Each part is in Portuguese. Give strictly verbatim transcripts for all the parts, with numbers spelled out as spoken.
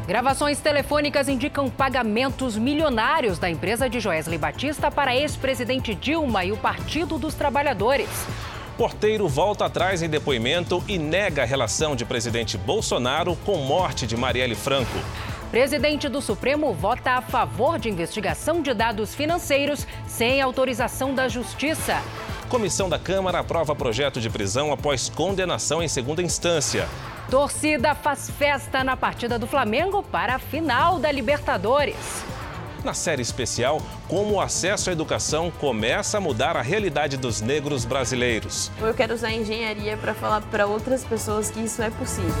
Gravações telefônicas indicam pagamentos milionários da empresa de Joesley Batista para a ex-presidente Dilma e o Partido dos Trabalhadores. Porteiro volta atrás em depoimento e nega a relação de presidente Bolsonaro com morte de Marielle Franco. Presidente do Supremo vota a favor de investigação de dados financeiros sem autorização da Justiça. Comissão da Câmara aprova projeto de prisão após condenação em segunda instância. Torcida faz festa na partida do Flamengo para a final da Libertadores. Na série especial, como o acesso à educação começa a mudar a realidade dos negros brasileiros. Eu quero usar a engenharia para falar para outras pessoas que isso é possível.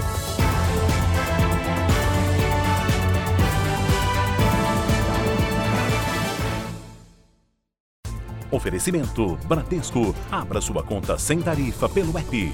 Oferecimento Bradesco. Abra sua conta sem tarifa pelo app.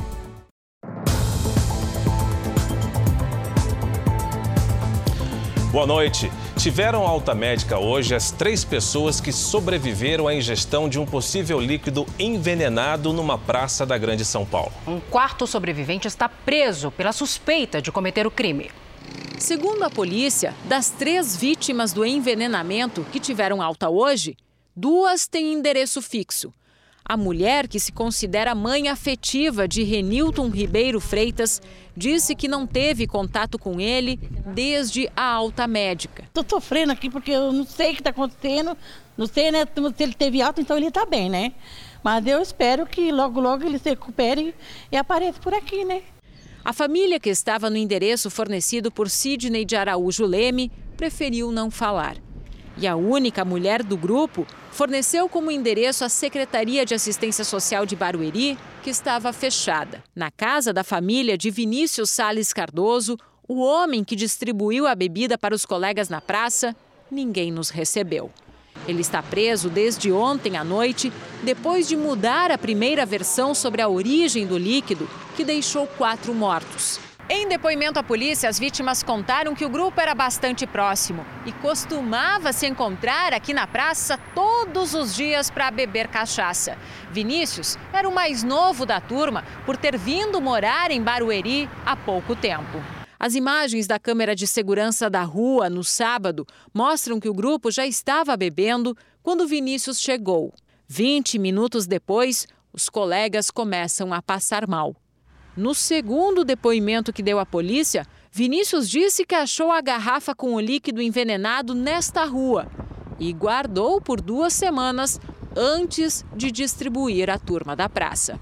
Boa noite. Tiveram alta médica hoje as três pessoas que sobreviveram à ingestão de um possível líquido envenenado numa praça da Grande São Paulo. Um quarto sobrevivente está preso pela suspeita de cometer o crime. Segundo a polícia, das três vítimas do envenenamento que tiveram alta hoje, duas têm endereço fixo. A mulher, que se considera mãe afetiva de Renilton Ribeiro Freitas, disse que não teve contato com ele desde a alta médica. Estou sofrendo aqui porque eu não sei o que está acontecendo, não sei, né, se ele teve alta, então ele está bem, né? Mas eu espero que logo, logo ele se recupere e apareça por aqui, né? A família, que estava no endereço fornecido por Sidney de Araújo Leme, preferiu não falar. E a única mulher do grupo forneceu como endereço a Secretaria de Assistência Social de Barueri, que estava fechada. Na casa da família de Vinícius Salles Cardoso, o homem que distribuiu a bebida para os colegas na praça, ninguém nos recebeu. Ele está preso desde ontem à noite, depois de mudar a primeira versão sobre a origem do líquido, que deixou quatro mortos. Em depoimento à polícia, as vítimas contaram que o grupo era bastante próximo e costumava se encontrar aqui na praça todos os dias para beber cachaça. Vinícius era o mais novo da turma por ter vindo morar em Barueri há pouco tempo. As imagens da câmera de segurança da rua no sábado mostram que o grupo já estava bebendo quando Vinícius chegou. vinte minutos depois, os colegas começam a passar mal. No segundo depoimento que deu à polícia, Vinícius disse que achou a garrafa com o líquido envenenado nesta rua e guardou por duas semanas antes de distribuir à turma da praça.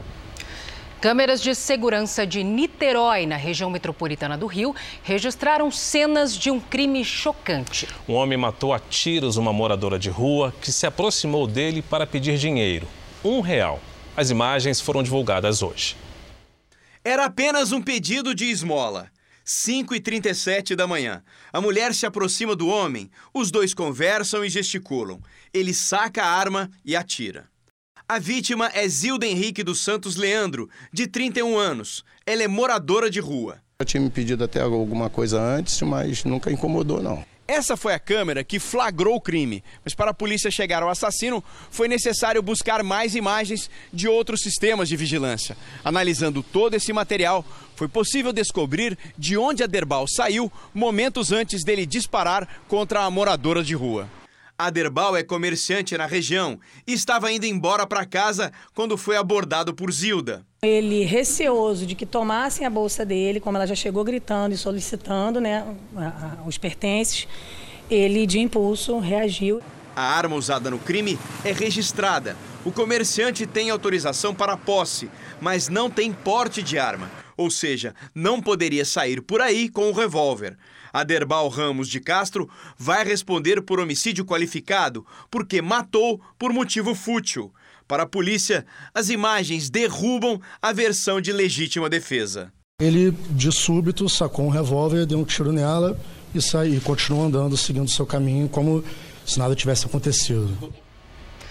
Câmeras de segurança de Niterói, na região metropolitana do Rio, registraram cenas de um crime chocante. Um homem matou a tiros uma moradora de rua que se aproximou dele para pedir dinheiro, um real. As imagens foram divulgadas hoje. Era apenas um pedido de esmola. cinco e trinta e sete da manhã. A mulher se aproxima do homem, os dois conversam e gesticulam. Ele saca a arma e atira. A vítima é Zilda Henrique dos Santos Leandro, de trinta e um anos. Ela é moradora de rua. Eu tinha me pedido até alguma coisa antes, mas nunca incomodou, não. Essa foi a câmera que flagrou o crime, mas para a polícia chegar ao assassino, foi necessário buscar mais imagens de outros sistemas de vigilância. Analisando todo esse material, foi possível descobrir de onde Aderbal saiu momentos antes dele disparar contra a moradora de rua. Aderbal é comerciante na região e estava indo embora para casa quando foi abordado por Zilda. Ele, receoso de que tomassem a bolsa dele, como ela já chegou gritando e solicitando, né, os pertences, ele de impulso reagiu. A arma usada no crime é registrada. O comerciante tem autorização para posse, mas não tem porte de arma. Ou seja, não poderia sair por aí com o revólver. Aderbal Ramos de Castro vai responder por homicídio qualificado, porque matou por motivo fútil. Para a polícia, as imagens derrubam a versão de legítima defesa. Ele, de súbito, sacou um revólver, deu um tiro nela e, saiu, e continuou andando, seguindo seu caminho, como se nada tivesse acontecido.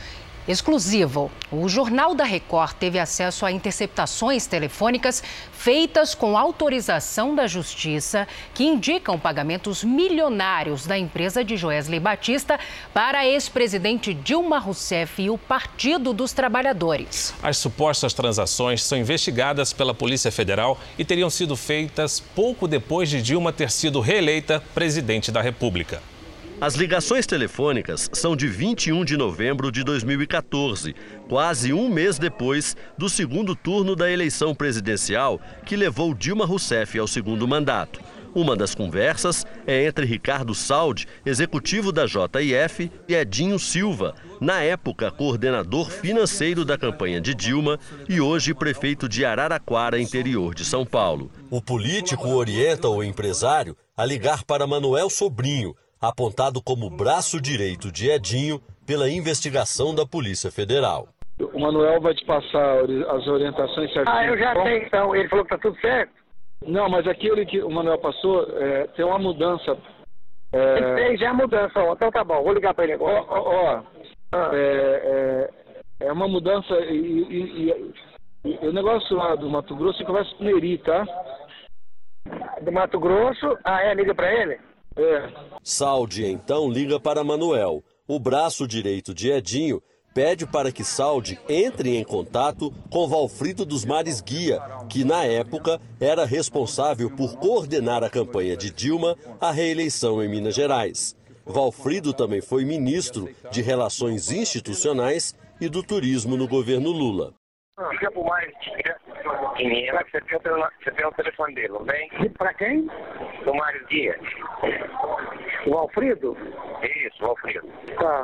exclusivo. O Jornal da Record teve acesso a interceptações telefônicas feitas com autorização da Justiça que indicam pagamentos milionários da empresa de Joesley Batista para a ex-presidente Dilma Rousseff e o Partido dos Trabalhadores. As supostas transações são investigadas pela Polícia Federal e teriam sido feitas pouco depois de Dilma ter sido reeleita presidente da República. As ligações telefônicas são de vinte e um de novembro de dois mil e quatorze, quase um mês depois do segundo turno da eleição presidencial que levou Dilma Rousseff ao segundo mandato. Uma das conversas é entre Ricardo Saldi, executivo da J I F, e Edinho Silva, na época coordenador financeiro da campanha de Dilma e hoje prefeito de Araraquara, interior de São Paulo. O político orienta o empresário a ligar para Manuel Sobrinho, apontado como braço direito de Edinho pela investigação da Polícia Federal. O Manuel vai te passar as orientações certinho. Ah, eu já sei, então. Ele falou que está tudo certo? Não, mas aquilo que o Manuel passou, é, tem uma mudança. É... Ele fez já a mudança, ó. Então tá bom, vou ligar para ele agora. Ó, ó, ó ah. é, é, é uma mudança e, e, e, e o negócio lá do Mato Grosso, você conversa com o Neri, tá? Do Mato Grosso? Ah, é? Liga para ele? É. Saldi então liga para Manuel. O braço direito de Edinho pede para que Saldi entre em contato com Valfrido dos Mares Guia, que na época era responsável por coordenar a campanha de Dilma à reeleição em Minas Gerais. Valfrido também foi ministro de Relações Institucionais e do Turismo no governo Lula. Liga para o Mares Guia. Menina, você tem, o, você tem o telefone dele, não vem? Para quem? Do Mário Dias. O Alfredo? Isso, o Alfredo. Tá.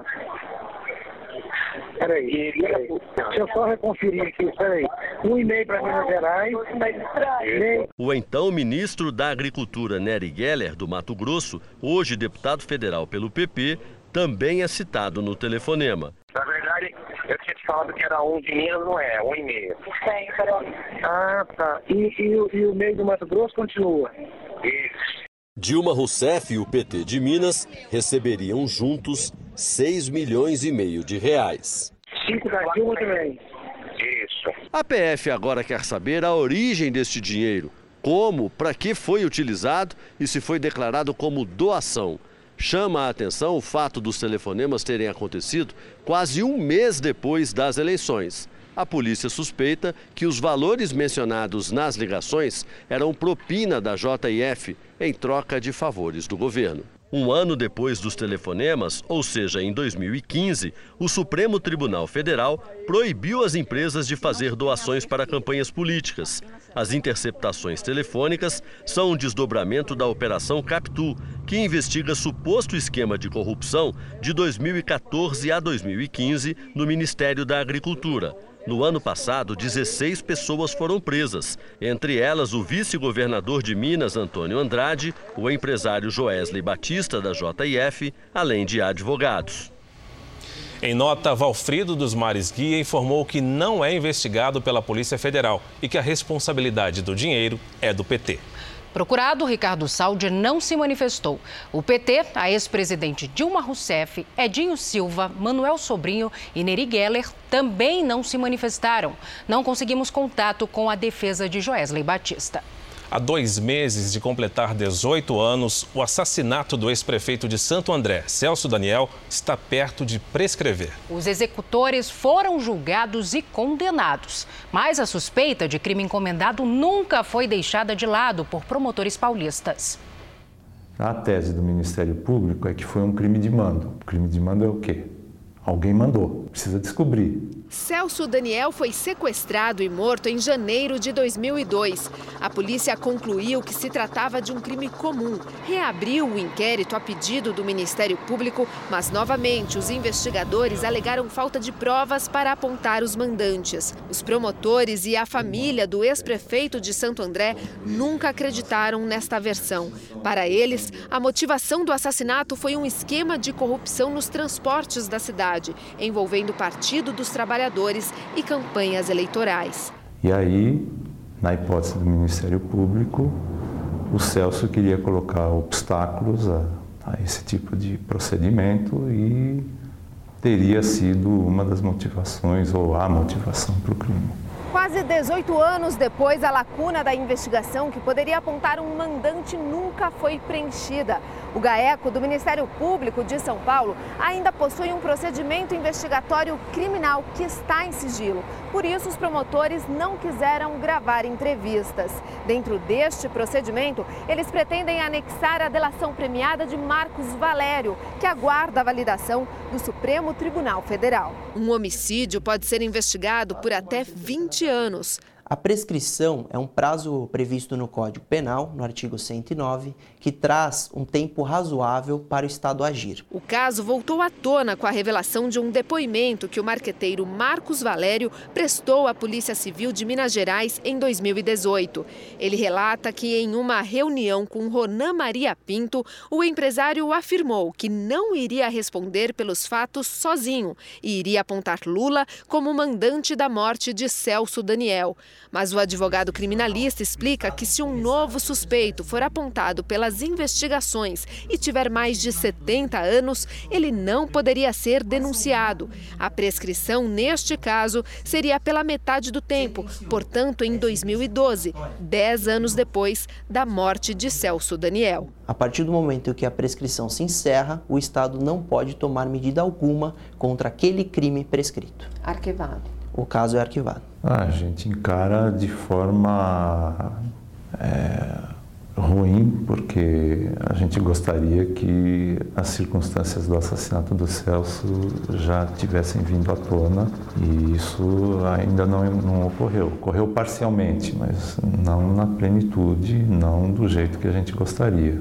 Peraí, peraí. Deixa eu só reconferir aqui, peraí. Um e-mail para Minas Gerais. E-mail. O então ministro da Agricultura, Nery Geller, do Mato Grosso, hoje deputado federal pelo P P, também é citado no telefonema. Na verdade, eu tinha te falado que era um de Minas, não é? Um e meio. Tem, peraí. Ah, tá. E, e, e o meio do Mato Grosso continua? Isso. Dilma Rousseff e o P T de Minas receberiam juntos seis milhões e meio de reais. Cinco da Dilma também. Isso. A P F agora quer saber a origem deste dinheiro, como, para que foi utilizado e se foi declarado como doação. Chama a atenção o fato dos telefonemas terem acontecido quase um mês depois das eleições. A polícia suspeita que os valores mencionados nas ligações eram propina da J I F em troca de favores do governo. Um ano depois dos telefonemas, ou seja, em dois mil e quinze, o Supremo Tribunal Federal proibiu as empresas de fazer doações para campanhas políticas. As interceptações telefônicas são um desdobramento da Operação Capitu, que investiga suposto esquema de corrupção de dois mil e quatorze a dois mil e quinze no Ministério da Agricultura. No ano passado, dezesseis pessoas foram presas, entre elas o vice-governador de Minas, Antônio Andrade, o empresário Joesley Batista, da J I F, além de advogados. Em nota, Valfrido dos Mares Guia informou que não é investigado pela Polícia Federal e que a responsabilidade do dinheiro é do P T. Procurado, Ricardo Saldi não se manifestou. O P T, a ex-presidente Dilma Rousseff, Edinho Silva, Manuel Sobrinho e Nery Geller também não se manifestaram. Não conseguimos contato com a defesa de Joesley Batista. Há dois meses de completar dezoito anos, o assassinato do ex-prefeito de Santo André, Celso Daniel, está perto de prescrever. Os executores foram julgados e condenados, mas a suspeita de crime encomendado nunca foi deixada de lado por promotores paulistas. A tese do Ministério Público é que foi um crime de mando. O crime de mando é o quê? Alguém mandou, precisa descobrir. Celso Daniel foi sequestrado e morto em janeiro de dois mil e dois. A polícia concluiu que se tratava de um crime comum. Reabriu o inquérito a pedido do Ministério Público, mas novamente os investigadores alegaram falta de provas para apontar os mandantes. Os promotores e a família do ex-prefeito de Santo André nunca acreditaram nesta versão. Para eles, a motivação do assassinato foi um esquema de corrupção nos transportes da cidade, envolvendo o Partido dos Trabalhadores e campanhas eleitorais. E aí, na hipótese do Ministério Público, o Celso queria colocar obstáculos a, a esse tipo de procedimento e teria sido uma das motivações ou a motivação para o crime. Quase dezoito anos depois, a lacuna da investigação que poderia apontar um mandante nunca foi preenchida. O GAECO do Ministério Público de São Paulo ainda possui um procedimento investigatório criminal que está em sigilo. Por isso, os promotores não quiseram gravar entrevistas. Dentro deste procedimento, eles pretendem anexar a delação premiada de Marcos Valério, que aguarda a validação do Supremo Tribunal Federal. Um homicídio pode ser investigado por até vinte anos. A prescrição é um prazo previsto no Código Penal, no artigo cento e nove, que traz um tempo razoável para o Estado agir. O caso voltou à tona com a revelação de um depoimento que o marqueteiro Marcos Valério prestou à Polícia Civil de Minas Gerais em dois mil e dezoito. Ele relata que em uma reunião com Ronan Maria Pinto, o empresário afirmou que não iria responder pelos fatos sozinho e iria apontar Lula como mandante da morte de Celso Daniel. Mas o advogado criminalista explica que se um novo suspeito for apontado pelas investigações e tiver mais de setenta anos, ele não poderia ser denunciado. A prescrição, neste caso, seria pela metade do tempo, portanto, em dois mil e doze, dez anos depois da morte de Celso Daniel. A partir do momento em que a prescrição se encerra, o Estado não pode tomar medida alguma contra aquele crime prescrito. Arquivado. O caso é arquivado. Ah, a gente encara de forma é, ruim, porque a gente gostaria que as circunstâncias do assassinato do Celso já tivessem vindo à tona, e isso ainda não, não ocorreu. Ocorreu parcialmente, mas não na plenitude, não do jeito que a gente gostaria.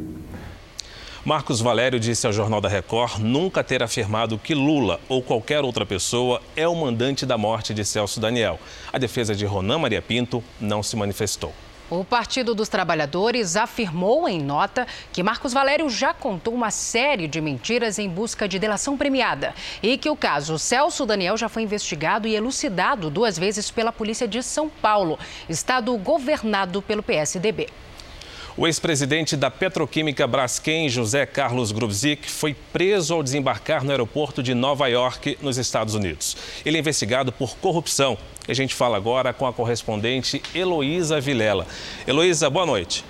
Marcos Valério disse ao Jornal da Record nunca ter afirmado que Lula ou qualquer outra pessoa é o mandante da morte de Celso Daniel. A defesa de Ronan Maria Pinto não se manifestou. O Partido dos Trabalhadores afirmou em nota que Marcos Valério já contou uma série de mentiras em busca de delação premiada e que o caso Celso Daniel já foi investigado e elucidado duas vezes pela Polícia de São Paulo, estado governado pelo P S D B. O ex-presidente da Petroquímica Braskem, José Carlos Grubzik, foi preso ao desembarcar no aeroporto de Nova York, nos Estados Unidos. Ele é investigado por corrupção. E a gente fala agora com a correspondente Heloísa Vilela. Heloísa, boa noite.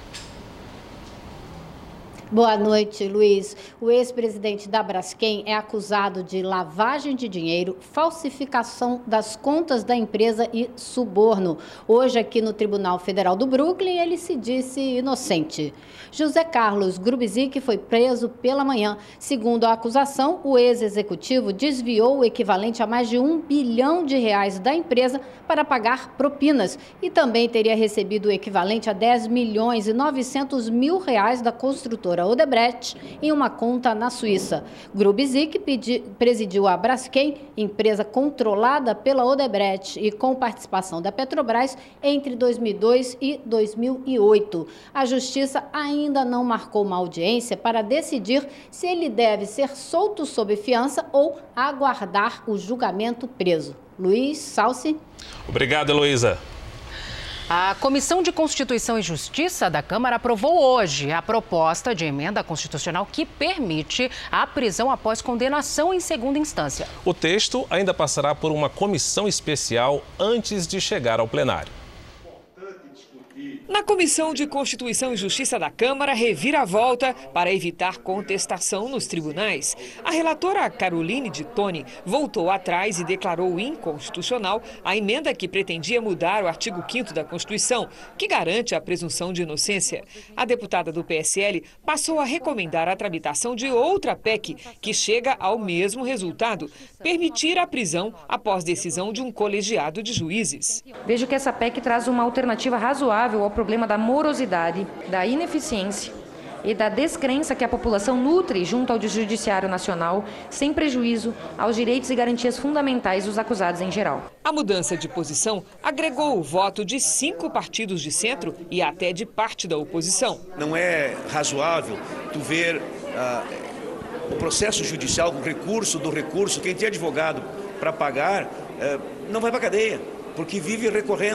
Boa noite, Luiz. O ex-presidente da Braskem é acusado de lavagem de dinheiro, falsificação das contas da empresa e suborno. Hoje, aqui no Tribunal Federal do Brooklyn, ele se disse inocente. José Carlos Grubzik foi preso pela manhã. Segundo a acusação, o ex-executivo desviou o equivalente a mais de um bilhão de reais da empresa para pagar propinas e também teria recebido o equivalente a dez milhões e novecentos mil reais da construtora Odebrecht em uma conta na Suíça. Grubzik presidiu a Braskem, empresa controlada pela Odebrecht e com participação da Petrobras, entre dois mil e dois e dois mil e oito. A Justiça ainda não marcou uma audiência para decidir se ele deve ser solto sob fiança ou aguardar o julgamento preso. Luiz Salsi. Obrigado, Heloísa. A Comissão de Constituição e Justiça da Câmara aprovou hoje a proposta de emenda constitucional que permite a prisão após condenação em segunda instância. O texto ainda passará por uma comissão especial antes de chegar ao plenário. Na Comissão de Constituição e Justiça da Câmara, reviravolta para evitar contestação nos tribunais. A relatora Caroline de Toni voltou atrás e declarou inconstitucional a emenda que pretendia mudar o artigo quinto da Constituição, que garante a presunção de inocência. A deputada do P S L passou a recomendar a tramitação de outra P E C, que chega ao mesmo resultado: permitir a prisão após decisão de um colegiado de juízes. Vejo que essa P E C traz uma alternativa razoável ao problema da morosidade, da ineficiência e da descrença que a população nutre junto ao Judiciário Nacional, sem prejuízo aos direitos e garantias fundamentais dos acusados em geral. A mudança de posição agregou o voto de cinco partidos de centro e até de parte da oposição. Não é razoável tu ver ah, o processo judicial, o recurso do recurso, quem tem advogado para pagar, eh, não vai para a cadeia, porque vive recorrendo.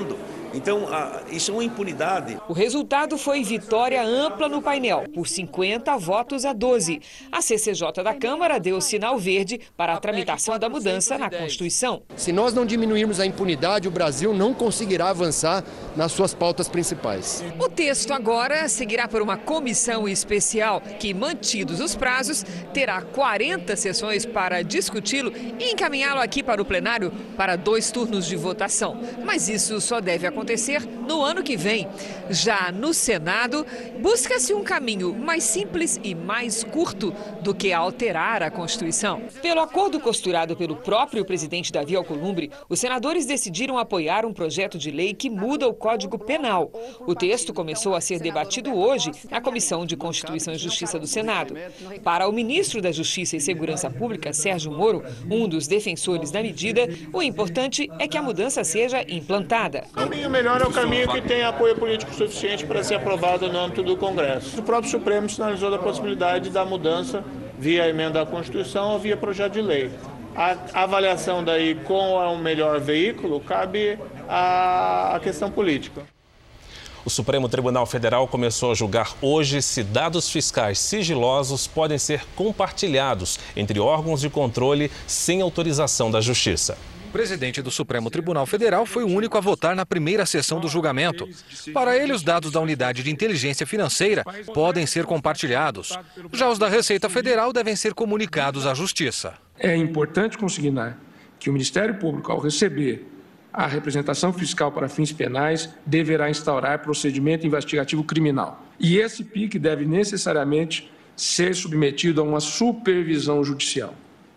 Então, isso é uma impunidade. O resultado foi vitória ampla no painel, por cinquenta votos a doze. A C C J da Câmara deu sinal verde para a tramitação da mudança na Constituição. Se nós não diminuirmos a impunidade, o Brasil não conseguirá avançar nas suas pautas principais. O texto agora seguirá por uma comissão especial que, mantidos os prazos, terá quarenta sessões para discuti-lo e encaminhá-lo aqui para o plenário para dois turnos de votação. Mas isso só deve acontecer no ano que vem. Já no Senado, busca-se um caminho mais simples e mais curto do que alterar a Constituição. Pelo acordo costurado pelo próprio presidente Davi Alcolumbre, os senadores decidiram apoiar um projeto de lei que muda o Código Penal. O texto começou a ser debatido hoje na Comissão de Constituição e Justiça do Senado. Para o ministro da Justiça e Segurança Pública, Sérgio Moro, um dos defensores da medida, o importante é que a mudança seja implantada. O caminho melhor é o caminho que tem apoio político suficiente para ser aprovado no âmbito do Congresso. O próprio Supremo sinalizou da possibilidade da mudança via emenda à Constituição ou via projeto de lei. A avaliação daí qual é o melhor veículo cabe à questão política. O Supremo Tribunal Federal começou a julgar hoje se dados fiscais sigilosos podem ser compartilhados entre órgãos de controle sem autorização da Justiça. O presidente do Supremo Tribunal Federal foi o único a votar na primeira sessão do julgamento. Para ele, os dados da Unidade de Inteligência Financeira podem ser compartilhados. Já os da Receita Federal devem ser comunicados à Justiça. É importante consignar que o Ministério Público, ao receber a representação fiscal para fins penais, deverá instaurar procedimento investigativo criminal. E esse P I C deve necessariamente ser submetido a uma supervisão judicial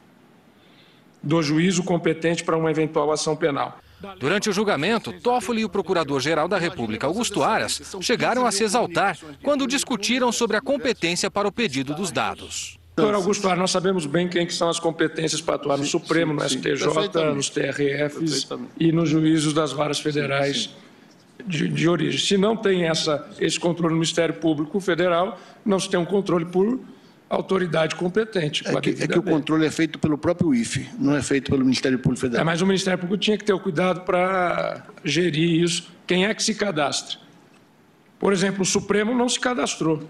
do juízo competente para uma eventual ação penal. Durante o julgamento, Toffoli e o Procurador-Geral da República, Augusto Aras, chegaram a se exaltar quando discutiram sobre a competência para o pedido dos dados. Doutor Augusto Aras, nós sabemos bem quem que são as competências para atuar no Supremo, no S T J, nos T R Fs e nos juízos das varas federais de, de origem. Se não tem essa, esse controle no Ministério Público Federal, não se tem um controle por autoridade competente. É que, é que o controle é feito pelo próprio I F E, não é feito pelo Ministério Público Federal. É, mas o Ministério Público tinha que ter o cuidado para gerir isso. Quem é que se cadastra? Por exemplo, o Supremo não se cadastrou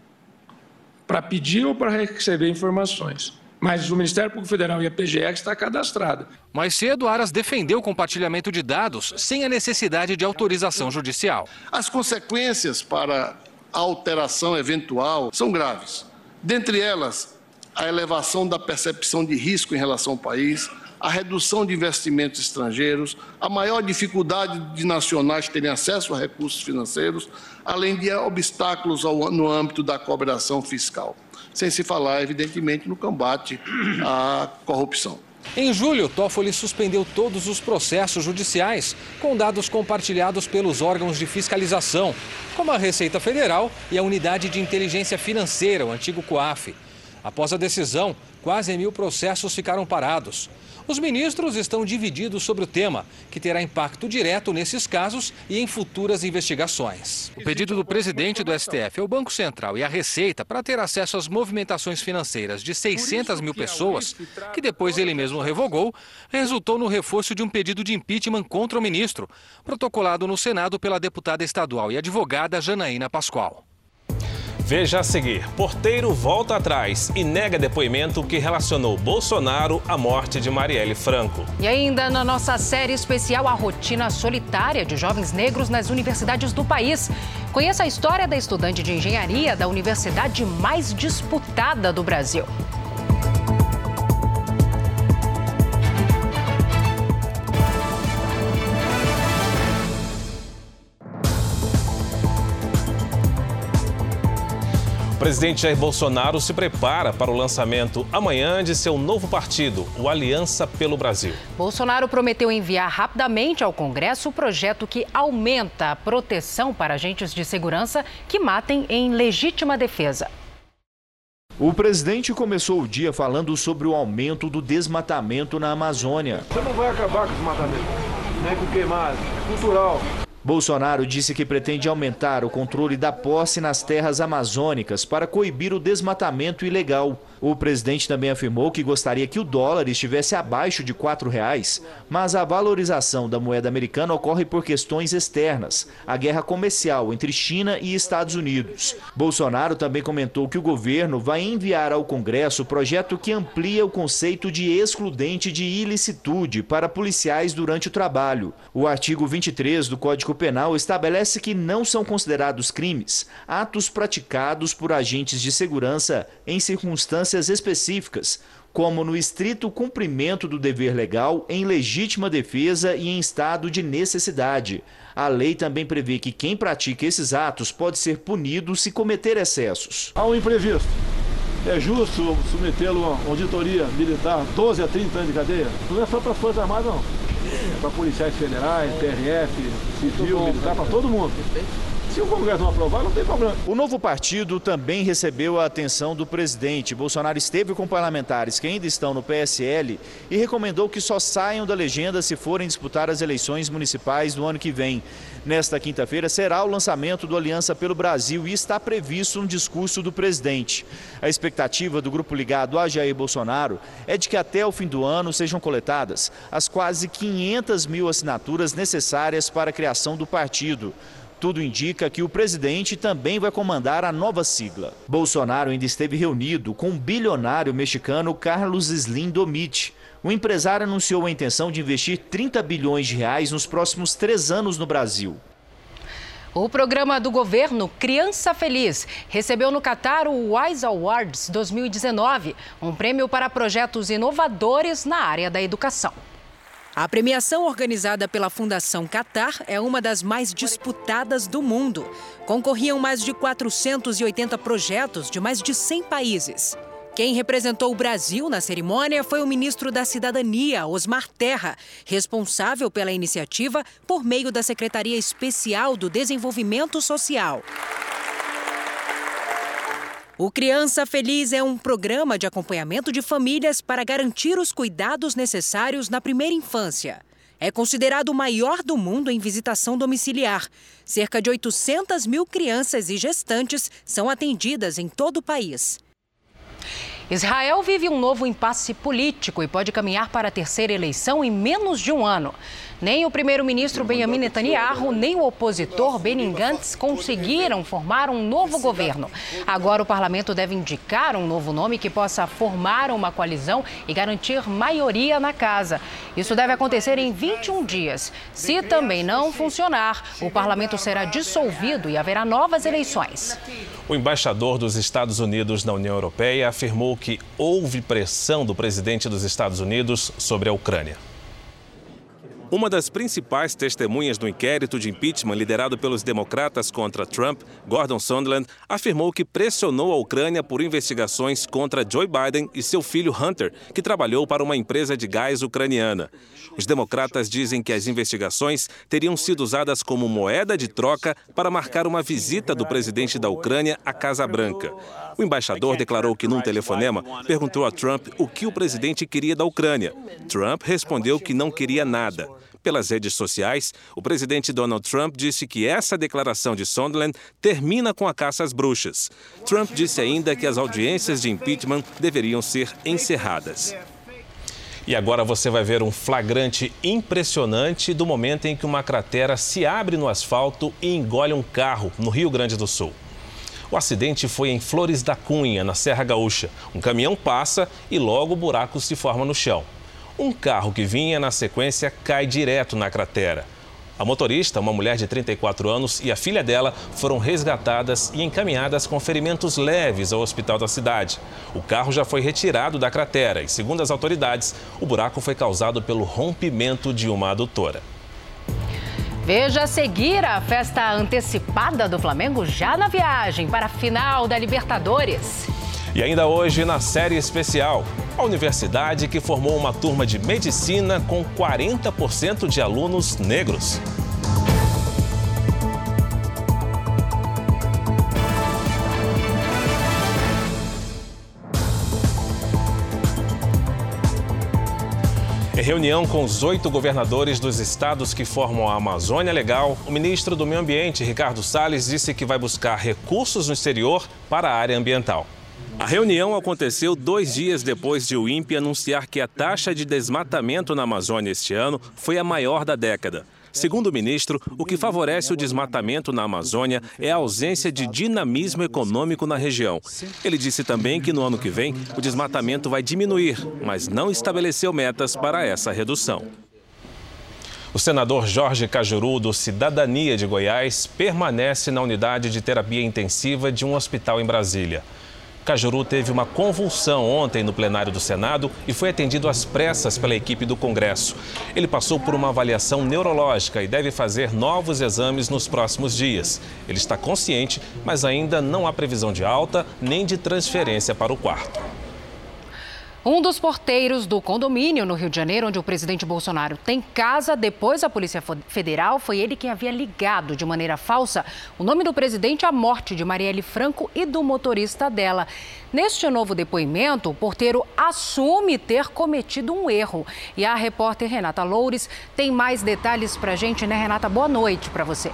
para pedir ou para receber informações. Mas o Ministério Público Federal e a P G E está cadastrada. Mais cedo, Aras defendeu o compartilhamento de dados sem a necessidade de autorização judicial. As consequências para a alteração eventual são graves. Dentre elas, a elevação da percepção de risco em relação ao país, a redução de investimentos estrangeiros, a maior dificuldade de nacionais terem acesso a recursos financeiros, além de obstáculos ao, no âmbito da cooperação fiscal. Sem se falar, evidentemente, no combate à corrupção. Em julho, Toffoli suspendeu todos os processos judiciais com dados compartilhados pelos órgãos de fiscalização, como a Receita Federal e a Unidade de Inteligência Financeira, o antigo COAF. Após a decisão, quase mil processos ficaram parados. Os ministros estão divididos sobre o tema, que terá impacto direto nesses casos e em futuras investigações. O pedido do presidente do S T F ao Banco Central e à Receita para ter acesso às movimentações financeiras de seiscentas mil pessoas, que depois ele mesmo revogou, resultou no reforço de um pedido de impeachment contra o ministro, protocolado no Senado pela deputada estadual e advogada Janaína Pascoal. Veja a seguir, porteiro volta atrás e nega depoimento que relacionou Bolsonaro à morte de Marielle Franco. E ainda na nossa série especial, a rotina solitária de jovens negros nas universidades do país. Conheça a história da estudante de engenharia da universidade mais disputada do Brasil. O presidente Jair Bolsonaro se prepara para o lançamento amanhã de seu novo partido, o Aliança pelo Brasil. Bolsonaro prometeu enviar rapidamente ao Congresso o projeto que aumenta a proteção para agentes de segurança que matem em legítima defesa. O presidente começou o dia falando sobre o aumento do desmatamento na Amazônia. Você não vai acabar com o desmatamento, nem com queimado, é cultural. Bolsonaro disse que pretende aumentar o controle da posse nas terras amazônicas para coibir o desmatamento ilegal. O presidente também afirmou que gostaria que o dólar estivesse abaixo de quatro reais, mas a valorização da moeda americana ocorre por questões externas, a guerra comercial entre China e Estados Unidos. Bolsonaro também comentou que o governo vai enviar ao Congresso o projeto que amplia o conceito de excludente de ilicitude para policiais durante o trabalho. O artigo vinte e três do Código Penal estabelece que não são considerados crimes atos praticados por agentes de segurança em circunstâncias específicas, como no estrito cumprimento do dever legal, em legítima defesa e em estado de necessidade. A lei também prevê que quem pratica esses atos pode ser punido se cometer excessos. Há um imprevisto. É justo submetê-lo a uma auditoria militar, doze a trinta anos de cadeia? Não é só para as Forças Armadas, não. É para policiais federais, P R F, civil, militar, para todo mundo. Se o Congresso não aprovar, não tem problema. O novo partido também recebeu a atenção do presidente. Bolsonaro esteve com parlamentares que ainda estão no P S L e recomendou que só saiam da legenda se forem disputar as eleições municipais do ano que vem. Nesta quinta-feira será o lançamento do Aliança pelo Brasil e está previsto um discurso do presidente. A expectativa do grupo ligado a Jair Bolsonaro é de que até o fim do ano sejam coletadas as quase quinhentas mil assinaturas necessárias para a criação do partido. Tudo indica que o presidente também vai comandar a nova sigla. Bolsonaro ainda esteve reunido com o bilionário mexicano Carlos Slim Domit. O empresário anunciou a intenção de investir trinta bilhões de reais nos próximos três anos no Brasil. O programa do governo Criança Feliz recebeu no Catar o Wise Awards dois mil e dezenove, um prêmio para projetos inovadores na área da educação. A premiação organizada pela Fundação Qatar é uma das mais disputadas do mundo. Concorriam mais de quatrocentos e oitenta projetos de mais de cem países. Quem representou o Brasil na cerimônia foi o ministro da Cidadania, Osmar Terra, responsável pela iniciativa por meio da Secretaria Especial do Desenvolvimento Social. O Criança Feliz é um programa de acompanhamento de famílias para garantir os cuidados necessários na primeira infância. É considerado o maior do mundo em visitação domiciliar. Cerca de oitocentas mil crianças e gestantes são atendidas em todo o país. Israel vive um novo impasse político e pode caminhar para a terceira eleição em menos de um ano. Nem o primeiro-ministro Benjamin Netanyahu, nem o opositor Benny Gantz conseguiram formar um novo governo. Agora o parlamento deve indicar um novo nome que possa formar uma coalizão e garantir maioria na casa. Isso deve acontecer em vinte e um dias. Se também não funcionar, o parlamento será dissolvido e haverá novas eleições. O embaixador dos Estados Unidos na União Europeia afirmou que houve pressão do presidente dos Estados Unidos sobre a Ucrânia. Uma das principais testemunhas do inquérito de impeachment liderado pelos democratas contra Trump, Gordon Sondland, afirmou que pressionou a Ucrânia por investigações contra Joe Biden e seu filho Hunter, que trabalhou para uma empresa de gás ucraniana. Os democratas dizem que as investigações teriam sido usadas como moeda de troca para marcar uma visita do presidente da Ucrânia à Casa Branca. O embaixador declarou que, num telefonema, perguntou a Trump o que o presidente queria da Ucrânia. Trump respondeu que não queria nada. Pelas redes sociais, o presidente Donald Trump disse que essa declaração de Sondland termina com a caça às bruxas. Trump disse ainda que as audiências de impeachment deveriam ser encerradas. E agora você vai ver um flagrante impressionante do momento em que uma cratera se abre no asfalto e engole um carro no Rio Grande do Sul. O acidente foi em Flores da Cunha, na Serra Gaúcha. Um caminhão passa e logo o buraco se forma no chão. Um carro que vinha na sequência cai direto na cratera. A motorista, uma mulher de trinta e quatro anos, e a filha dela foram resgatadas e encaminhadas com ferimentos leves ao hospital da cidade. O carro já foi retirado da cratera e, segundo as autoridades, o buraco foi causado pelo rompimento de uma adutora. Veja a seguir a festa antecipada do Flamengo já na viagem para a final da Libertadores. E ainda hoje, na série especial, a universidade que formou uma turma de medicina com quarenta por cento de alunos negros. Em Em reunião com os oito governadores dos estados que formam a Amazônia Legal, o ministro do Meio Ambiente, Ricardo Salles, disse que vai buscar recursos no exterior para a área ambiental. A reunião aconteceu dois dias depois de o INPE anunciar que a taxa de desmatamento na Amazônia este ano foi a maior da década. Segundo o ministro, o que favorece o desmatamento na Amazônia é a ausência de dinamismo econômico na região. Ele disse também que no ano que vem o desmatamento vai diminuir, mas não estabeleceu metas para essa redução. O senador Jorge Cajuru, do Cidadania de Goiás, permanece na unidade de terapia intensiva de um hospital em Brasília. Cajuru teve uma convulsão ontem no plenário do Senado e foi atendido às pressas pela equipe do Congresso. Ele passou por uma avaliação neurológica e deve fazer novos exames nos próximos dias. Ele está consciente, mas ainda não há previsão de alta nem de transferência para o quarto. Um dos porteiros do condomínio no Rio de Janeiro, onde o presidente Bolsonaro tem casa, depois da Polícia Federal, foi ele quem havia ligado de maneira falsa o nome do presidente à morte de Marielle Franco e do motorista dela. Neste novo depoimento, o porteiro assume ter cometido um erro. E a repórter Renata Loures tem mais detalhes pra gente, né, Renata? Boa noite para você.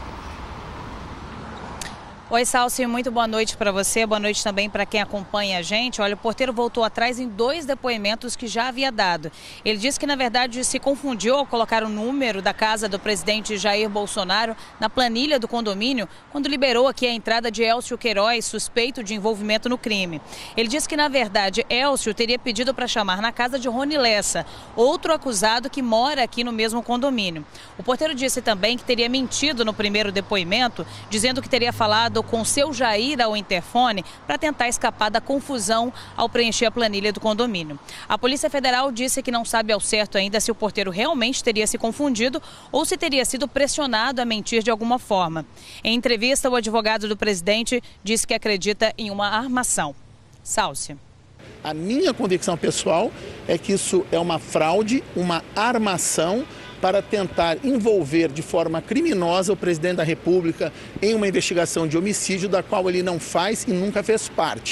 Oi, Salsi, muito boa noite para você, boa noite também para quem acompanha a gente. Olha, o porteiro voltou atrás em dois depoimentos que já havia dado. Ele disse que, na verdade, se confundiu ao colocar o número da casa do presidente Jair Bolsonaro na planilha do condomínio, quando liberou aqui a entrada de Elcio Queiroz, suspeito de envolvimento no crime. Ele disse que, na verdade, Elcio teria pedido para chamar na casa de Rony Lessa, outro acusado que mora aqui no mesmo condomínio. O porteiro disse também que teria mentido no primeiro depoimento, dizendo que teria falado com seu Jair ao interfone para tentar escapar da confusão ao preencher a planilha do condomínio. A Polícia Federal disse que não sabe ao certo ainda se o porteiro realmente teria se confundido ou se teria sido pressionado a mentir de alguma forma. Em entrevista, o advogado do presidente disse que acredita em uma armação. Salsi. A minha convicção pessoal é que isso é uma fraude, uma armação para tentar envolver de forma criminosa o presidente da República em uma investigação de homicídio da qual ele não faz e nunca fez parte.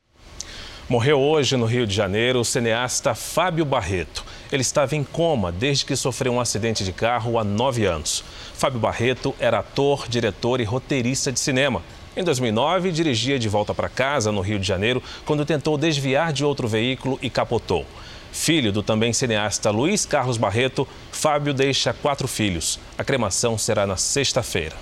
Morreu hoje no Rio de Janeiro o cineasta Fábio Barreto. Ele estava em coma desde que sofreu um acidente de carro há nove anos. Fábio Barreto era ator, diretor e roteirista de cinema. Em dois mil e nove, dirigia de volta para casa, no Rio de Janeiro, quando tentou desviar de outro veículo e capotou. Filho do também cineasta Luiz Carlos Barreto, Fábio deixa quatro filhos. A cremação será na sexta-feira.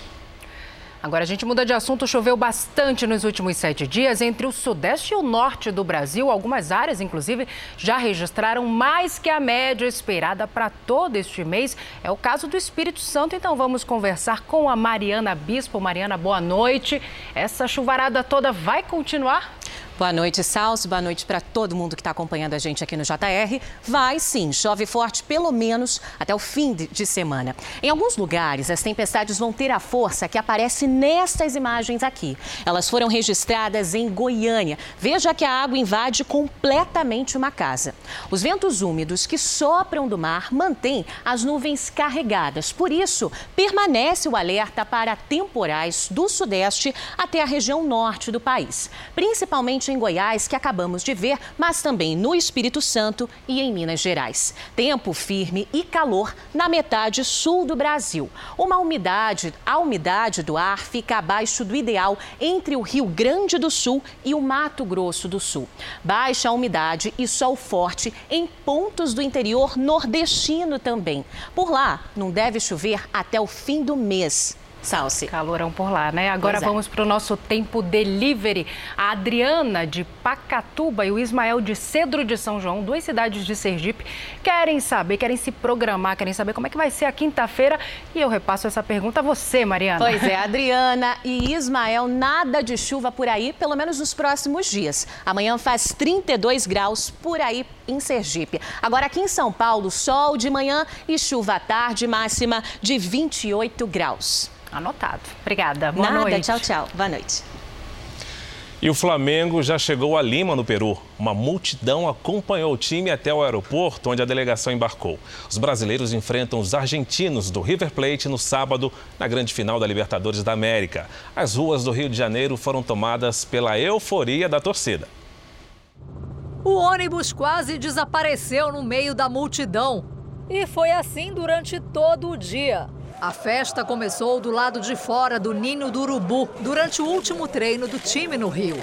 Agora a gente muda de assunto. Choveu bastante nos últimos sete dias entre o sudeste e o norte do Brasil. Algumas áreas, inclusive, já registraram mais que a média esperada para todo este mês. É o caso do Espírito Santo. Então vamos conversar com a Mariana Bispo. Mariana, boa noite. Essa chuvarada toda vai continuar? Boa noite, Salso. Boa noite para todo mundo que está acompanhando a gente aqui no J R. Vai sim, chove forte pelo menos até o fim de semana. Em alguns lugares, as tempestades vão ter a força que aparece nestas imagens aqui. Elas foram registradas em Goiânia. Veja que a água invade completamente uma casa. Os ventos úmidos que sopram do mar mantêm as nuvens carregadas. Por isso, permanece o alerta para temporais do sudeste até a região norte do país, principalmente em Goiás, que acabamos de ver, mas também no Espírito Santo e em Minas Gerais. Tempo firme e calor na metade sul do Brasil. Uma umidade, a umidade do ar fica abaixo do ideal entre o Rio Grande do Sul e o Mato Grosso do Sul. Baixa umidade e sol forte em pontos do interior nordestino também. Por lá, não deve chover até o fim do mês. Salsi. Calorão por lá, né? Agora Pois é. vamos para o nosso tempo delivery. A Adriana de Pacatuba e o Ismael de Cedro de São João, duas cidades de Sergipe, querem saber, querem se programar, querem saber como é que vai ser a quinta-feira. E eu repasso essa pergunta a você, Mariana. Pois é, Adriana e Ismael, nada de chuva por aí, pelo menos nos próximos dias. Amanhã faz trinta e dois graus por aí em Sergipe. Agora aqui em São Paulo, sol de manhã e chuva à tarde, máxima de vinte e oito graus. Anotado. Obrigada. Boa Nada, noite. tchau, tchau. Boa noite. E o Flamengo já chegou a Lima, no Peru. Uma multidão acompanhou o time até o aeroporto, onde a delegação embarcou. Os brasileiros enfrentam os argentinos do River Plate no sábado, na grande final da Libertadores da América. As ruas do Rio de Janeiro foram tomadas pela euforia da torcida. O ônibus quase desapareceu no meio da multidão. E foi assim durante todo o dia. A festa começou do lado de fora do Ninho do Urubu, durante o último treino do time no Rio.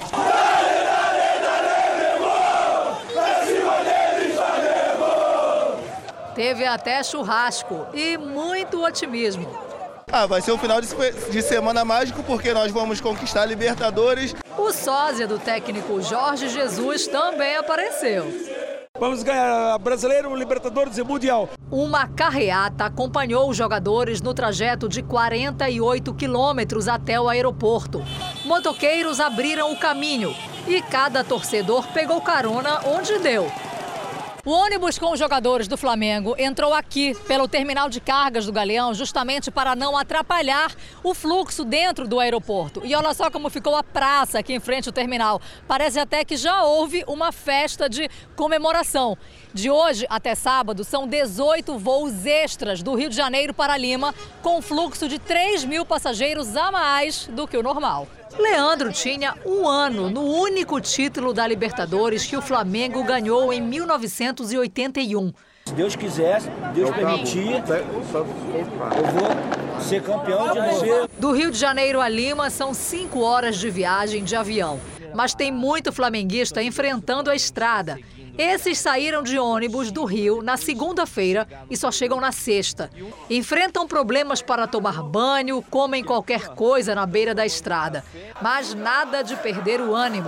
Teve até churrasco e muito otimismo. Ah, vai ser um final de semana mágico porque nós vamos conquistar a Libertadores. O sósia do técnico Jorge Jesus também apareceu. Vamos ganhar Brasileiro, Libertadores e Mundial. Uma carreata acompanhou os jogadores no trajeto de quarenta e oito quilômetros até o aeroporto. Motoqueiros abriram o caminho e cada torcedor pegou carona onde deu. O ônibus com os jogadores do Flamengo entrou aqui pelo terminal de cargas do Galeão justamente para não atrapalhar o fluxo dentro do aeroporto. E olha só como ficou a praça aqui em frente ao terminal. Parece até que já houve uma festa de comemoração. De hoje até sábado são dezoito voos extras do Rio de Janeiro para Lima, com fluxo de três mil passageiros a mais do que o normal. Leandro tinha um ano no único título da Libertadores que o Flamengo ganhou em mil novecentos e oitenta e um. Se Deus quiser, Deus permitir, eu vou ser campeão de novo. Do Rio de Janeiro a Lima são cinco horas de viagem de avião. Mas tem muito flamenguista enfrentando a estrada. Esses saíram de ônibus do Rio na segunda-feira e só chegam na sexta. Enfrentam problemas para tomar banho, comem qualquer coisa na beira da estrada. Mas nada de perder o ânimo.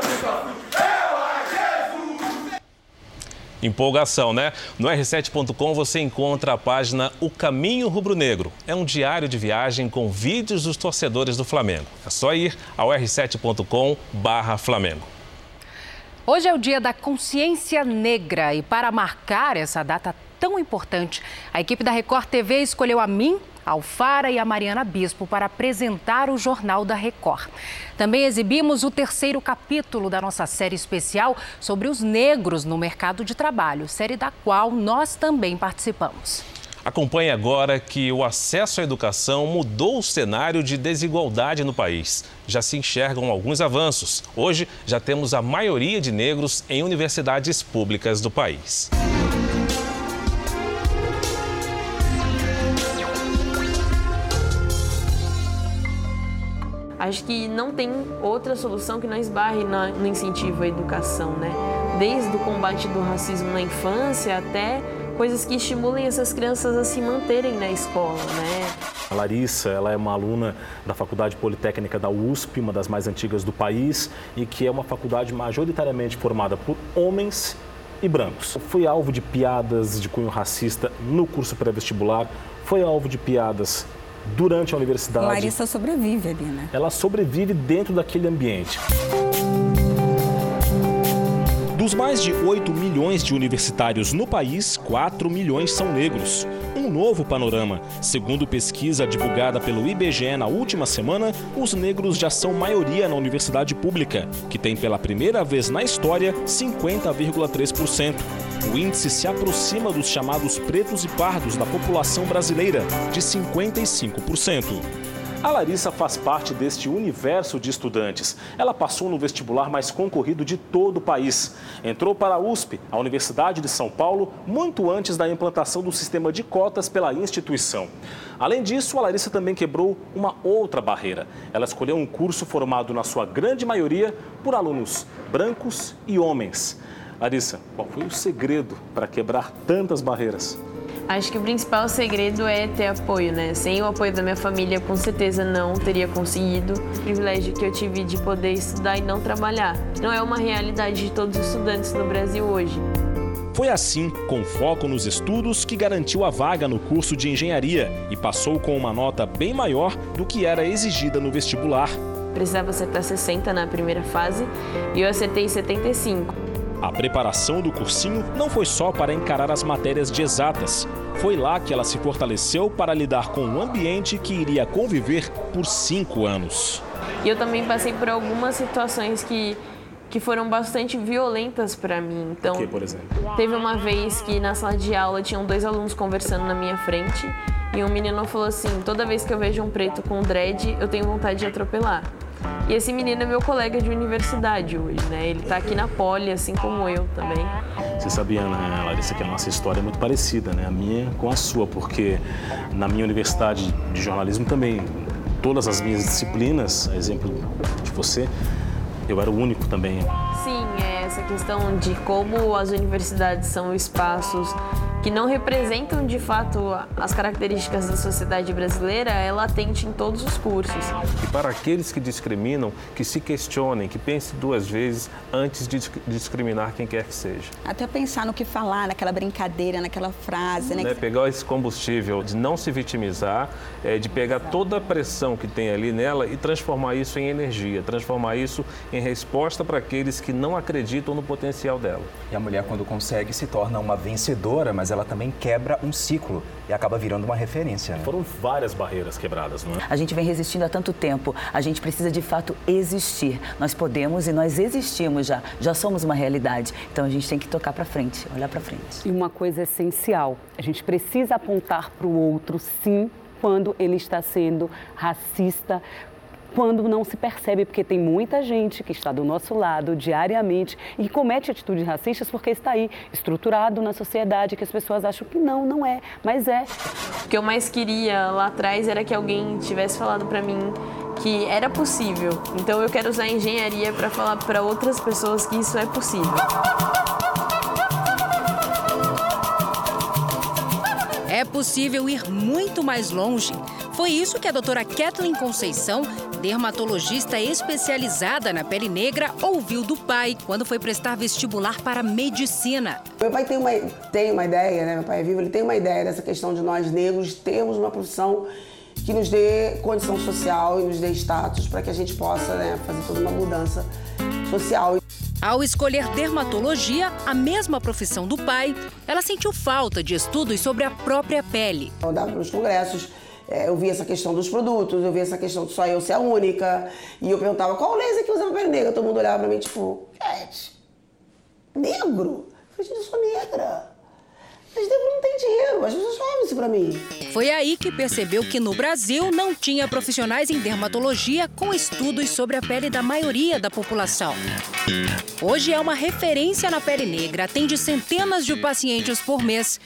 Empolgação, né? No R sete ponto com você encontra a página O Caminho Rubro-Negro. É um diário de viagem com vídeos dos torcedores do Flamengo. É só ir ao r sete ponto com barra Flamengo. Hoje é o dia da consciência negra e para marcar essa data tão importante, a equipe da Record T V escolheu a mim, a Alfara e a Mariana Bispo para apresentar o Jornal da Record. Também exibimos o terceiro capítulo da nossa série especial sobre os negros no mercado de trabalho, série da qual nós também participamos. Acompanhe agora que o acesso à educação mudou o cenário de desigualdade no país. Já se enxergam alguns avanços. Hoje, já temos a maioria de negros em universidades públicas do país. Acho que não tem outra solução que não esbarre no incentivo à educação, né? Desde o combate do racismo na infância até coisas que estimulem essas crianças a se manterem na escola, né? A Larissa, ela é uma aluna da Faculdade Politécnica da U S P, uma das mais antigas do país, e que é uma faculdade majoritariamente formada por homens e brancos. Foi alvo de piadas de cunho racista no curso pré-vestibular, foi alvo de piadas durante a universidade. Larissa sobrevive ali, né? Ela sobrevive dentro daquele ambiente. Dos mais de oito milhões de universitários no país, quatro milhões são negros. Um novo panorama. Segundo pesquisa divulgada pelo I B G E na última semana, os negros já são maioria na universidade pública, que tem pela primeira vez na história cinquenta vírgula três por cento. O índice se aproxima dos chamados pretos e pardos da população brasileira, de cinquenta e cinco por cento. A Larissa faz parte deste universo de estudantes. Ela passou no vestibular mais concorrido de todo o país. Entrou para a U S P, a Universidade de São Paulo, muito antes da implantação do sistema de cotas pela instituição. Além disso, a Larissa também quebrou uma outra barreira. Ela escolheu um curso formado, na sua grande maioria, por alunos brancos e homens. Larissa, qual foi o segredo para quebrar tantas barreiras? Acho que o principal segredo é ter apoio, né? Sem o apoio da minha família, com certeza não teria conseguido. O privilégio que eu tive de poder estudar e não trabalhar. Não é uma realidade de todos os estudantes no Brasil hoje. Foi assim, com foco nos estudos, que garantiu a vaga no curso de engenharia e passou com uma nota bem maior do que era exigida no vestibular. Precisava acertar sessenta na primeira fase e eu acertei setenta e cinco. A preparação do cursinho não foi só para encarar as matérias de exatas. Foi lá que ela se fortaleceu para lidar com um ambiente que iria conviver por cinco anos. E eu também passei por algumas situações que, que foram bastante violentas para mim. Então, o que, por exemplo? Teve uma vez que na sala de aula tinham dois alunos conversando na minha frente e um menino falou assim: toda vez que eu vejo um preto com dread, eu tenho vontade de atropelar. E esse menino é meu colega de universidade hoje, né? Ele está aqui na Poli, assim como eu também. Você sabia, né, Larissa, que a nossa história é muito parecida, né? A minha com a sua, porque na minha universidade de jornalismo também, todas as minhas disciplinas, a exemplo de você, eu era o único também. Sim, é essa questão de como as universidades são espaços que não representam de fato as características da sociedade brasileira, é latente em todos os cursos. E para aqueles que discriminam, que se questionem, que pensem duas vezes antes de discriminar quem quer que seja. Até pensar no que falar, naquela brincadeira, naquela frase. Né? Né? Pegar esse combustível de não se vitimizar, é, de pegar toda a pressão que tem ali nela e transformar isso em energia, transformar isso em resposta para aqueles que não acreditam no potencial dela. E a mulher, quando consegue, se torna uma vencedora, mas ela também quebra um ciclo e acaba virando uma referência. Né? Foram várias barreiras quebradas, não é? A gente vem resistindo há tanto tempo, a gente precisa de fato existir. Nós podemos e nós existimos já, já somos uma realidade. Então a gente tem que tocar para frente, olhar para frente. E uma coisa essencial, a gente precisa apontar para o outro, sim, quando ele está sendo racista, quando não se percebe, porque tem muita gente que está do nosso lado diariamente e comete atitudes racistas porque está aí estruturado na sociedade, que as pessoas acham que não, não é, mas é. O que eu mais queria lá atrás era que alguém tivesse falado para mim que era possível. Então eu quero usar a engenharia para falar para outras pessoas que isso é possível. É possível ir muito mais longe. Foi isso que a doutora Kathleen Conceição, dermatologista especializada na pele negra, ouviu do pai quando foi prestar vestibular para medicina. Meu pai tem uma, tem uma ideia, né? Meu pai é vivo, ele tem uma ideia dessa questão de nós negros termos uma profissão que nos dê condição social e nos dê status para que a gente possa, né, fazer toda uma mudança social. Ao escolher dermatologia, a mesma profissão do pai, ela sentiu falta de estudos sobre a própria pele. Eu dava nos congressos, eu via essa questão dos produtos, eu via essa questão de só eu ser a única, e eu perguntava qual laser que usava pele negra. Todo mundo olhava pra mim tipo, Cat, negro? Eu falei, eu sou negra. Mas negro não tem dinheiro, as pessoas falam isso pra mim. Foi aí que percebeu que no Brasil não tinha profissionais em dermatologia com estudos sobre a pele da maioria da população. Hoje é uma referência na pele negra, atende centenas de pacientes por mês.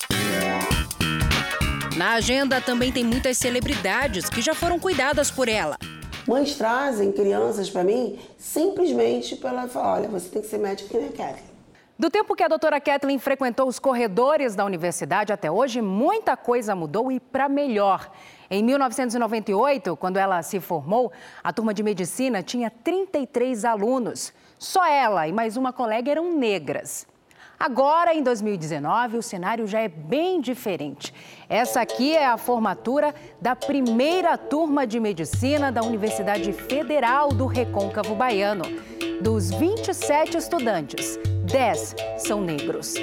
Na agenda também tem muitas celebridades que já foram cuidadas por ela. Mães trazem crianças para mim simplesmente para ela falar, olha, você tem que ser médica que nem a Kathleen. Do tempo que a doutora Kathleen frequentou os corredores da universidade até hoje, muita coisa mudou e para melhor. Em mil novecentos e noventa e oito, quando ela se formou, a turma de medicina tinha trinta e três alunos. Só ela e mais uma colega eram negras. Agora, em dois mil e dezenove, o cenário já é bem diferente. Essa aqui é a formatura da primeira turma de medicina da Universidade Federal do Recôncavo Baiano. Dos vinte e sete estudantes, dez são negros.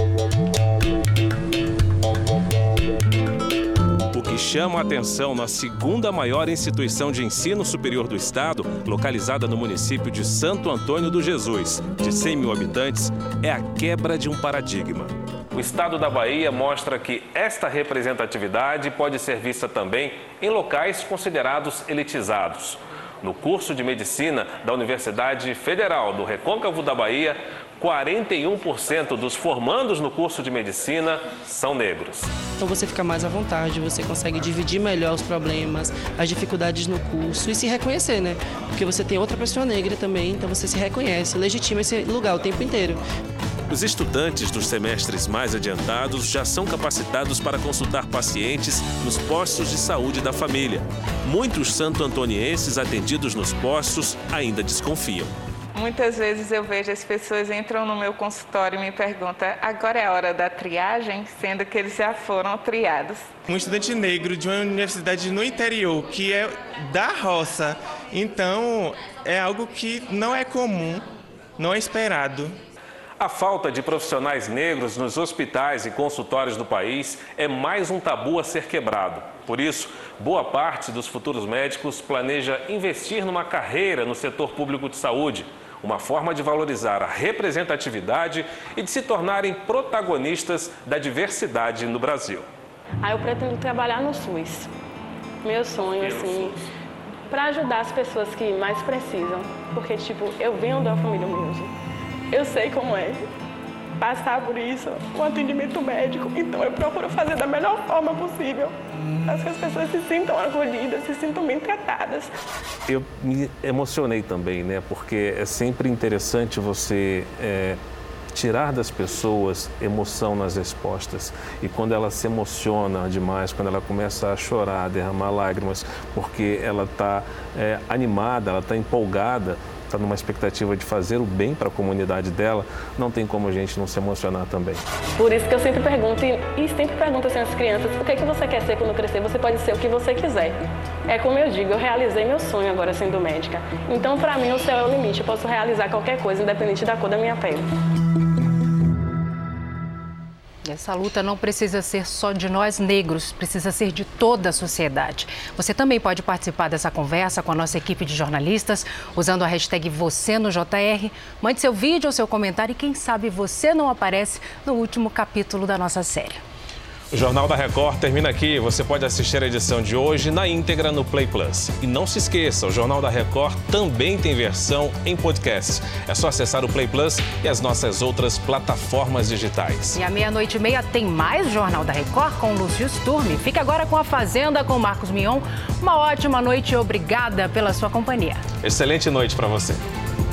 O que chama a atenção na segunda maior instituição de ensino superior do estado, localizada no município de Santo Antônio do Jesus, de cem mil habitantes, é a quebra de um paradigma. O estado da Bahia mostra que esta representatividade pode ser vista também em locais considerados elitizados. No curso de medicina da Universidade Federal do Recôncavo da Bahia, quarenta e um por cento dos formandos no curso de medicina são negros. Então você fica mais à vontade, você consegue dividir melhor os problemas, as dificuldades no curso e se reconhecer, né? Porque você tem outra pessoa negra também, então você se reconhece, legitima esse lugar o tempo inteiro. Os estudantes dos semestres mais adiantados já são capacitados para consultar pacientes nos postos de saúde da família. Muitos santo-antonienses atendidos nos postos ainda desconfiam. Muitas vezes eu vejo as pessoas entram no meu consultório e me perguntam, agora é a hora da triagem, sendo que eles já foram triados. Um estudante negro de uma universidade no interior, que é da roça, então é algo que não é comum, não é esperado. A falta de profissionais negros nos hospitais e consultórios do país é mais um tabu a ser quebrado. Por isso, boa parte dos futuros médicos planeja investir numa carreira no setor público de saúde, uma forma de valorizar a representatividade e de se tornarem protagonistas da diversidade no Brasil. Ah, eu pretendo trabalhar no SUS. Meu sonho, assim, para ajudar as pessoas que mais precisam. Porque, tipo, eu venho da família humilde. Eu sei como é passar por isso, o atendimento médico. Então, eu procuro fazer da melhor forma possível para que as pessoas se sintam acolhidas, se sintam bem tratadas. Eu me emocionei também, né? Porque é sempre interessante você é, tirar das pessoas emoção nas respostas. E quando ela se emociona demais, quando ela começa a chorar, a derramar lágrimas, porque ela está é, animada, ela está empolgada, está numa expectativa de fazer o bem para a comunidade dela, não tem como a gente não se emocionar também. Por isso que eu sempre pergunto, e, e sempre pergunto assim às crianças, o que é que você quer ser quando crescer? Você pode ser o que você quiser. É como eu digo, eu realizei meu sonho agora sendo médica. Então, para mim, o céu é o limite. Eu posso realizar qualquer coisa, independente da cor da minha pele. Essa luta não precisa ser só de nós negros, precisa ser de toda a sociedade. Você também pode participar dessa conversa com a nossa equipe de jornalistas usando a hashtag você no J R. Mande seu vídeo ou seu comentário e quem sabe você não aparece no último capítulo da nossa série. O Jornal da Record termina aqui. Você pode assistir a edição de hoje na íntegra no Play Plus. E não se esqueça, o Jornal da Record também tem versão em podcast. É só acessar o Play Plus e as nossas outras plataformas digitais. E à meia-noite e meia tem mais Jornal da Record com Lúcio Sturmi. Fica agora com A Fazenda com Marcos Mion. Uma ótima noite e obrigada pela sua companhia. Excelente noite para você.